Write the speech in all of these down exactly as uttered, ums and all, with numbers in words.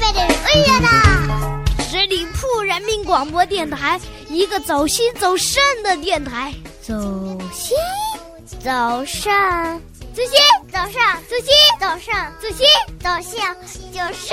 在这里哎呀啦！ 十里铺人民广播电台，一个走心走肾的电台。 走心，走肾，走心，走上，走心，走上，走心，走向，就是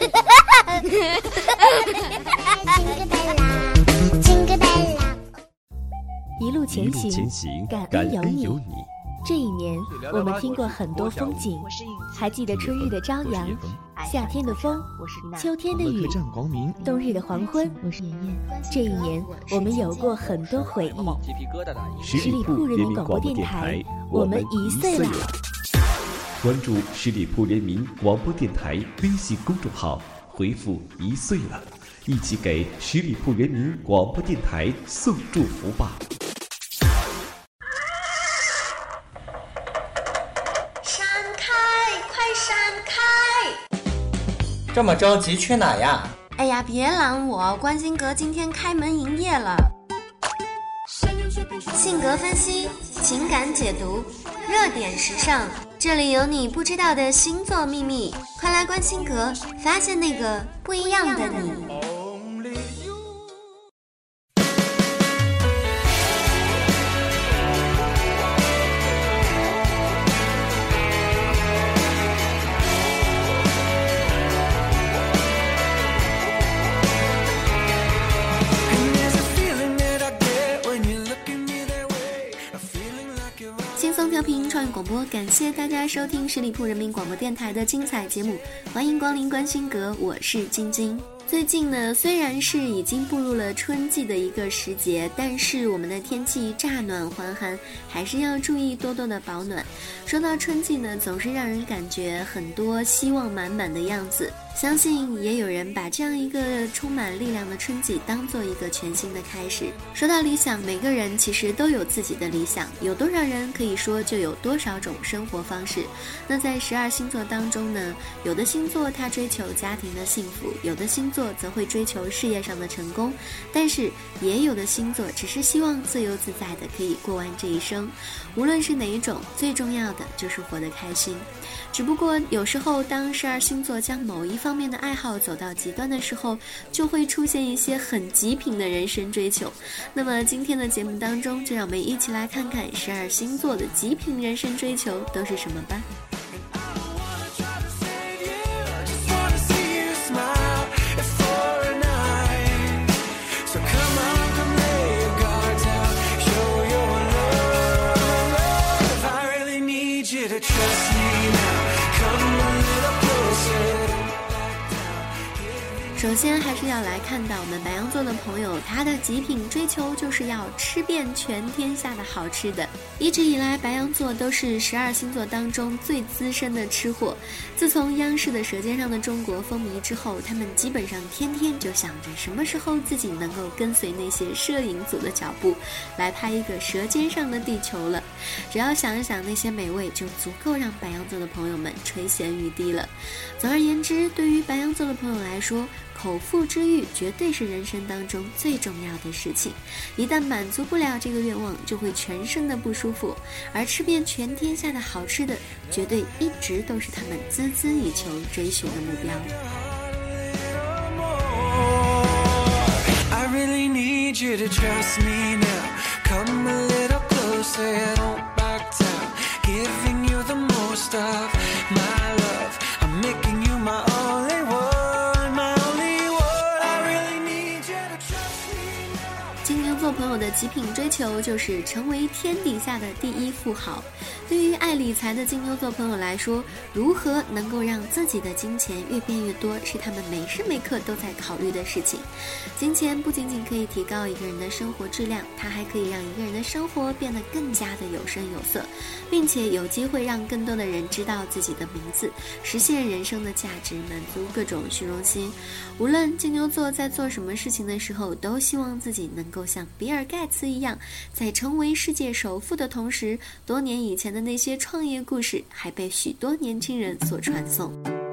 一路前行，感恩有你。这一年，我们听过很多风景，还记得春日的朝阳，夏天的风，秋天的雨，冬日的黄昏。这一年，我们有过很多回忆。十里铺人民广播电台，我们一岁了。 关注十里铺人民广播电台微信公众号，回复一岁了，一起给十里铺人民广播电台送祝福吧。 这么着急去哪呀？ 哎呀，别拦我，关心阁今天开门营业了。性格分析，情感解读，热点时尚，这里有你不知道的星座秘密，快来关心阁，发现那个不一样的你。调频创意广播，感谢大家收听十里铺人民广播电台的精彩节目，欢迎光临关心阁，我是晶晶。最近呢，虽然是已经步入了春季的一个时节，但是我们的天气乍暖还寒，还是要注意多多的保暖。说到春季呢，总是让人感觉很多希望满满的样子，相信也有人把这样一个充满力量的春季当做一个全新的开始。说到理想，每个人其实都有自己的理想，有多少人可以说就有多少种生活方式。那在十二星座当中呢，有的星座它追求家庭的幸福，有的星座则会追求事业上的成功，但是也有的星座只是希望自由自在的可以过完这一生。无论是哪一种，最重要的就是活得开心。只不过有时候当十二星座将某一方面的爱好走到极端的时候，就会出现一些很极品的人生追求。那么今天的节目当中，就让我们一起来看看十二星座的极品人生追求都是什么吧。首先还是要来看到我们白羊座的朋友，他的极品追求就是要吃遍全天下的好吃的。一直以来，白羊座都是十二星座当中最资深的吃货。自从央视的《舌尖上的中国》风靡之后，他们基本上天天就想着什么时候自己能够跟随那些摄影组的脚步，来拍一个舌尖上的地球了。只要想一想那些美味，就足够让白羊座的朋友们垂涎欲滴了。总而言之，对于白羊座的朋友来说，口腹之欲绝对是人生当中最重要的事情，一旦满足不了这个愿望，就会全身的不舒服，而吃遍全天下的好吃的，绝对一直都是他们孜孜以求追寻的目标。I really need you to trust me now. Come a little closer, don't back down. Giving you the most of my love. I'm making you my only one, my only one. I really need you to trust me now. 金牛座朋友的极品追求就是成为天底下的第一富豪。对于爱理财的金牛座朋友来说，如何能够让自己的金钱越变越多，是他们每时每刻都在考虑的事情。金钱不仅仅可以提高一个人的生活质量，它还可以让一个人的生活变得更加的有声有色，并且有机会让更多的人知道自己的名字，实现人生的价值，满足各种虚荣心。无论金牛座在做什么事情的时候，都希望自己能够像比尔盖茨一样，在成为世界首富的同时，多年以前的那些创业故事还被许多年轻人所传颂。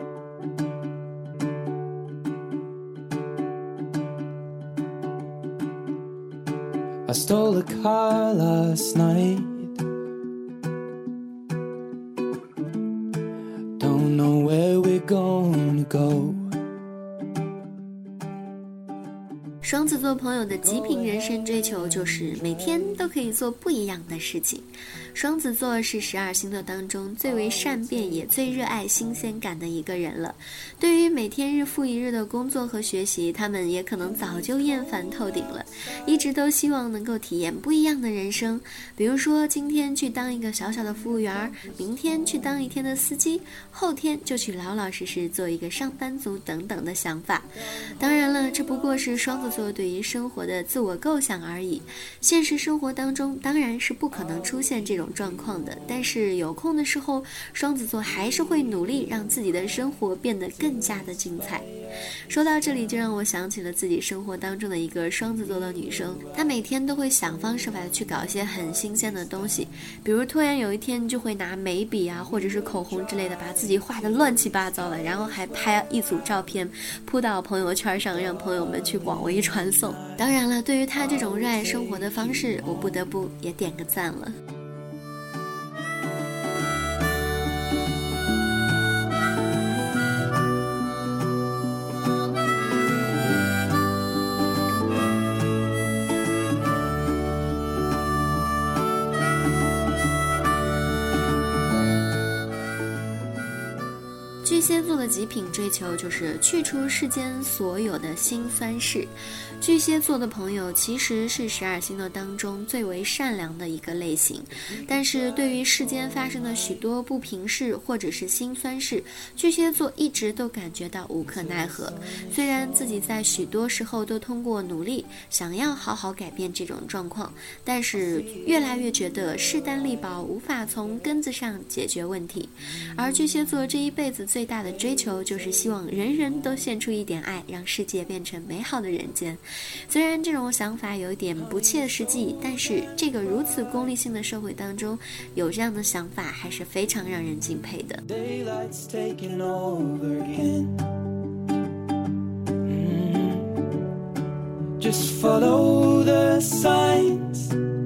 I stole a car last night. Don't know where we're gonna go. 双子座朋友的极品人生追求就是每天都可以做不一样的事情。双子座是十二星座当中最为善变也最热爱新鲜感的一个人了。对于每天日复一日的工作和学习，他们也可能早就厌烦透顶了，一直都希望能够体验不一样的人生。比如说今天去当一个小小的服务员，明天去当一天的司机，后天就去老老实实做一个上班族等等的想法。当然了，这不过是双子座对于生活的自我构想而已，现实生活当中当然是不可能出现这种状况的，但是有空的时候，双子座还是会努力让自己的生活变得更加的精彩。说到这里，就让我想起了自己生活当中的一个双子座的女生，她每天都会想方设法的去搞一些很新鲜的东西，比如突然有一天就会拿眉笔啊或者是口红之类的把自己画得乱七八糟的，然后还拍一组照片铺到朋友圈上，让朋友们去广为传送。当然了，对于她这种热爱生活的方式，我不得不也点个赞了。巨蟹座的极品追求就是去除世间所有的辛酸事。巨蟹座的朋友其实是十二星座当中最为善良的一个类型，但是对于世间发生的许多不平事或者是辛酸事，巨蟹座一直都感觉到无可奈何。虽然自己在许多时候都通过努力想要好好改变这种状况，但是越来越觉得势单力薄，无法从根子上解决问题。而巨蟹座这一辈子最大的追求就是希望人人都献出一点爱，让世界变成美好的人间。虽然这种想法有点不切实际，但是这个如此功利性的社会当中，有这样的想法还是非常让人敬佩的。Just follow the signs.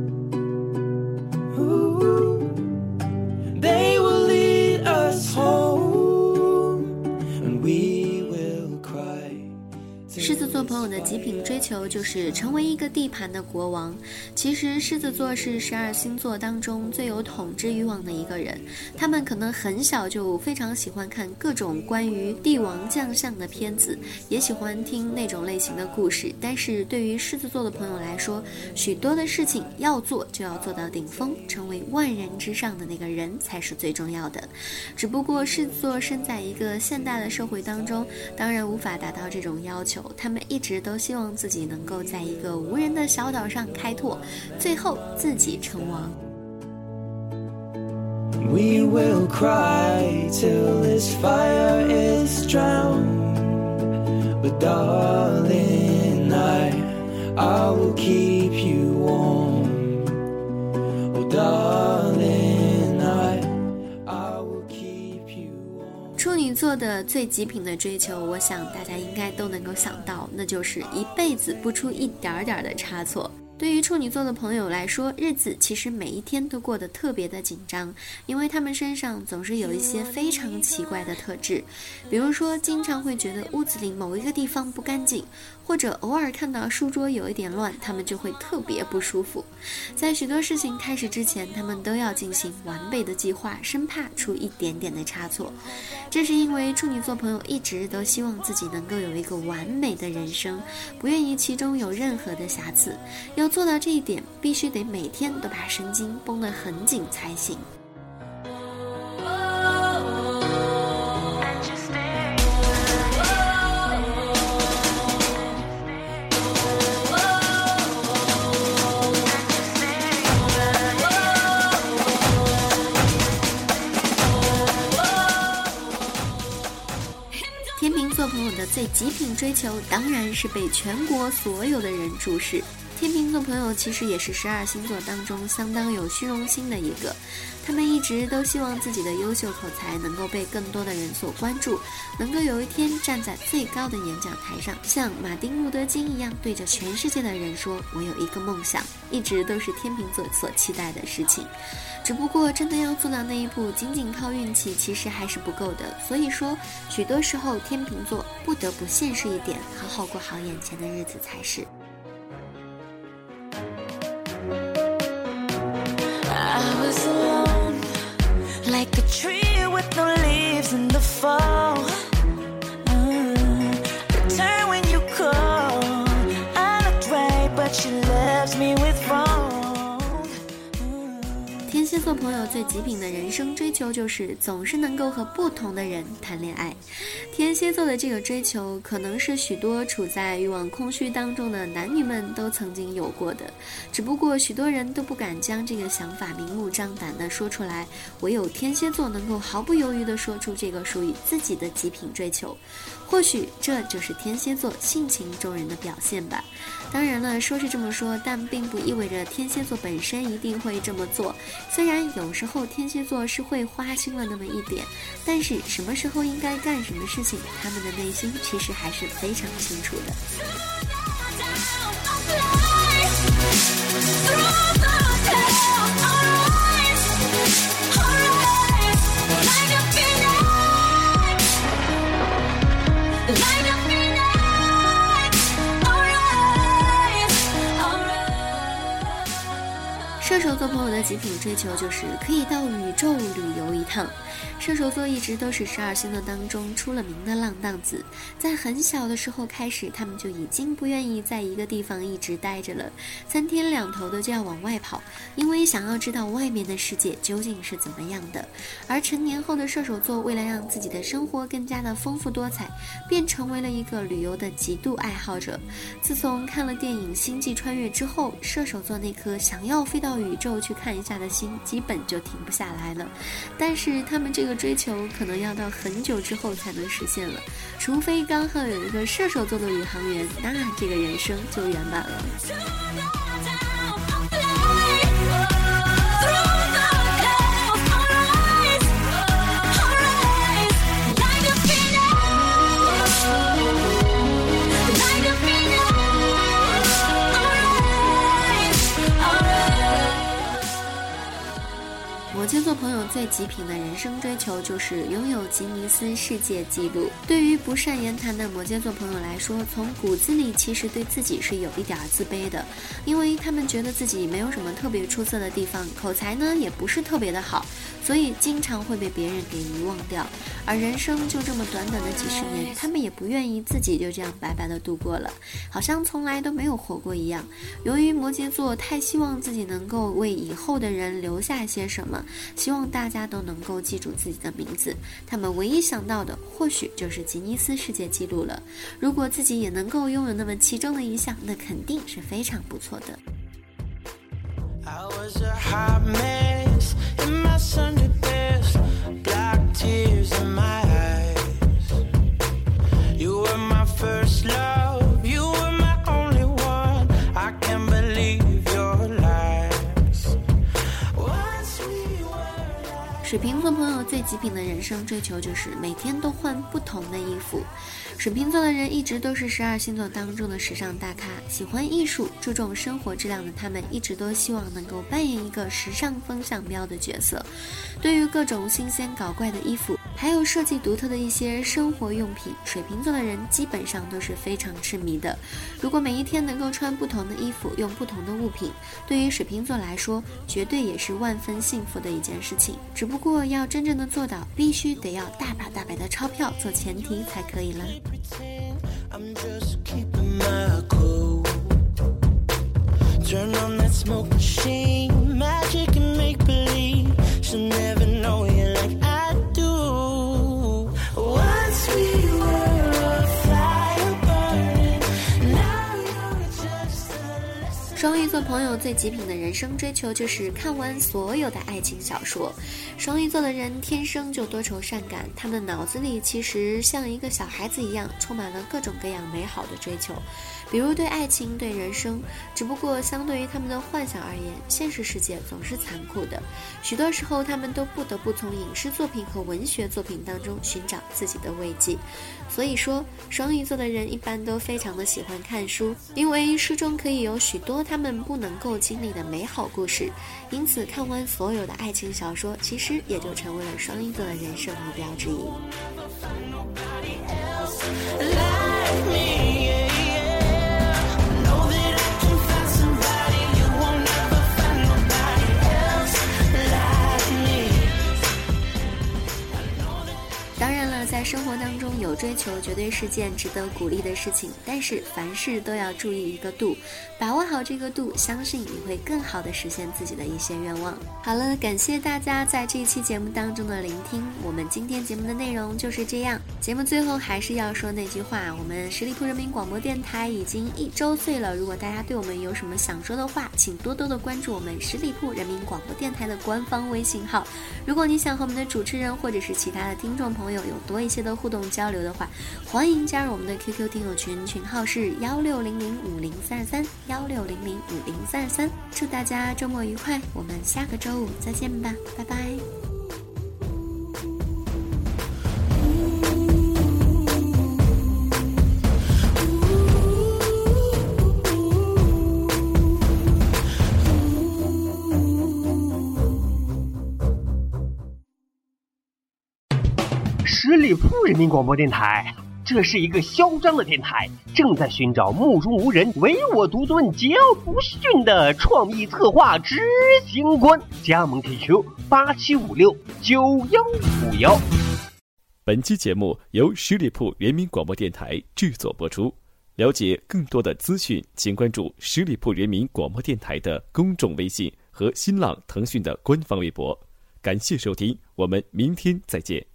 Ooh, they will lead us home, and we will cry. 狮子座朋友的极品追求就是成为一个地盘的国王。其实狮子座是十二星座当中最有统治欲望的一个人，他们可能很小就非常喜欢看各种关于帝王将相的片子，也喜欢听那种类型的故事。但是对于狮子座的朋友来说，许多的事情要做就要做到顶峰，成为万人之上的那个人才是最重要的。只不过狮子座身在一个现代的社会当中，当然无法达到这种要求，他们一直都希望自己能够在一个无人的小岛上开拓，最后自己成王。We will cry till this fire is drowned, but darling, I, I will keep you warm. Oh, darling, I, I will keep you warm. 处女座的最极品的追求，我想大家应该都能够想到，那就是一辈子不出一点点的差错。对于处女座的朋友来说，日子其实每一天都过得特别的紧张，因为他们身上总是有一些非常奇怪的特质，比如说经常会觉得屋子里某一个地方不干净，或者偶尔看到书桌有一点乱，他们就会特别不舒服。在许多事情开始之前，他们都要进行完备的计划，生怕出一点点的差错。这是因为处女座朋友一直都希望自己能够有一个完美的人生，不愿意其中有任何的瑕疵。要做到这一点，必须得每天都把神经绷得很紧才行。天秤座朋友的最极品追求当然是被全国所有的人注视。天秤座朋友其实也是十二星座当中相当有虚荣心的一个，他们一直都希望自己的优秀口才能够被更多的人所关注，能够有一天站在最高的演讲台上，像马丁路德金一样对着全世界的人说，我有一个梦想，一直都是天秤座所期待的事情。只不过真的要做到那一步，仅仅靠运气其实还是不够的，所以说许多时候天秤座不得不现实一点，好好过好眼前的日子才是。 fall. Mm, return when you call. I looked right, but she left me with wrong. 天蝎座朋友最极品的人生追求就是总是能够和不同的人谈恋爱。天蝎座的这个追求可能是许多处在欲望空虚当中的男女们都曾经有过的，只不过许多人都不敢将这个想法明目张胆地说出来，唯有天蝎座能够毫不犹豫地说出这个属于自己的极品追求。或许这就是天蝎座性情中人的表现吧。当然了，说是这么说，但并不意味着天蝎座本身一定会这么做。虽然有时候天蝎座是会花心了那么一点，但是什么时候应该干什么事情，他们的内心其实还是非常清楚的。射手座朋友的极品追求就是可以到宇宙旅游一趟。射手座一直都是十二星座当中出了名的浪荡子，在很小的时候开始，他们就已经不愿意在一个地方一直待着了，三天两头的就要往外跑，因为想要知道外面的世界究竟是怎么样的。而成年后的射手座为了让自己的生活更加的丰富多彩，便成为了一个旅游的极度爱好者。自从看了电影《星际穿越》之后，射手座那颗想要飞到宇宙去看一下的心基本就停不下来了。但是他们这个追求可能要到很久之后才能实现了，除非刚好有一个射手座的宇航员，那这个人生就圆满了。摩羯座朋友最极品的人生追求就是拥有吉尼斯世界纪录。对于不善言谈的摩羯座朋友来说，从骨子里其实对自己是有一点自卑的，因为他们觉得自己没有什么特别出色的地方，口才呢也不是特别的好，所以经常会被别人给遗忘掉。而人生就这么短短的几十年，他们也不愿意自己就这样白白的度过了，好像从来都没有活过一样。由于摩羯座太希望自己能够为以后的人留下些什么，希望大家都能够记住自己的名字，他们唯一想到的或许就是吉尼斯世界纪录了。如果自己也能够拥有那么其中的一项，那肯定是非常不错的。I was a hot mess in my Sunday best, black tears in my eyes. You were my first love, you were my only one. I can't believe your lies. Once we were. 水瓶座朋友最极品的人生追求就是每天都换不同的衣服。水瓶座的人一直都是十二星座当中的时尚大咖，喜欢艺术、注重生活质量的他们一直都希望能够扮演一个时尚风向标的角色。对于各种新鲜搞怪的衣服，还有设计独特的一些生活用品，水瓶座的人基本上都是非常痴迷的。如果每一天能够穿不同的衣服，用不同的物品，对于水瓶座来说绝对也是万分幸福的一件事情。只不过要真正的做到，必须得要大把大把的钞票做前提才可以了。I'm just keeping my cool. Turn on that smoke machine, magic and make believe. She'll never know you like I do. Once we were a fire burning, now you're just a lesson. 双鱼座朋友最极品的人生追求就是看完所有的爱情小说。双鱼座的人天生就多愁善感，他们的脑子里其实像一个小孩子一样，充满了各种各样美好的追求，比如对爱情、对人生。只不过相对于他们的幻想而言，现实世界总是残酷的，许多时候他们都不得不从影视作品和文学作品当中寻找自己的慰藉。所以说，双鱼座的人一般都非常的喜欢看书，因为书中可以有许多他们不能够经历的美好故事，因此看完所有的爱情小说，其实也就成为了双鱼座的人生目标之一。在求绝对是件值得鼓励的事情，但是凡事都要注意一个度，把握好这个度，相信你会更好的实现自己的一些愿望。好了，感谢大家在这一期节目当中的聆听，我们今天节目的内容就是这样。节目最后还是要说那句话，我们十里铺人民广播电台已经一周岁了，如果大家对我们有什么想说的话，请多多的关注我们十里铺人民广播电台的官方微信号。如果你想和我们的主持人或者是其他的听众朋友有多一些的互动交流的话，欢迎加入我们的 Q Q 听友群，群号是幺六零零五零三二三幺六零零五零三二三。祝大家周末愉快，我们下个周五再见吧，拜拜。 十里铺人民广播电台，这是一个嚣张的电台，正在寻找目中无人、唯我独尊、桀骜不驯的创意策划执行官。加盟 Q Q 八七五六九幺五幺。 本期节目由十里铺人民广播电台制作播出。了解更多的资讯，请关注十里铺人民广播电台的公众微信和新浪、腾讯的官方微博。感谢收听，我们明天再见。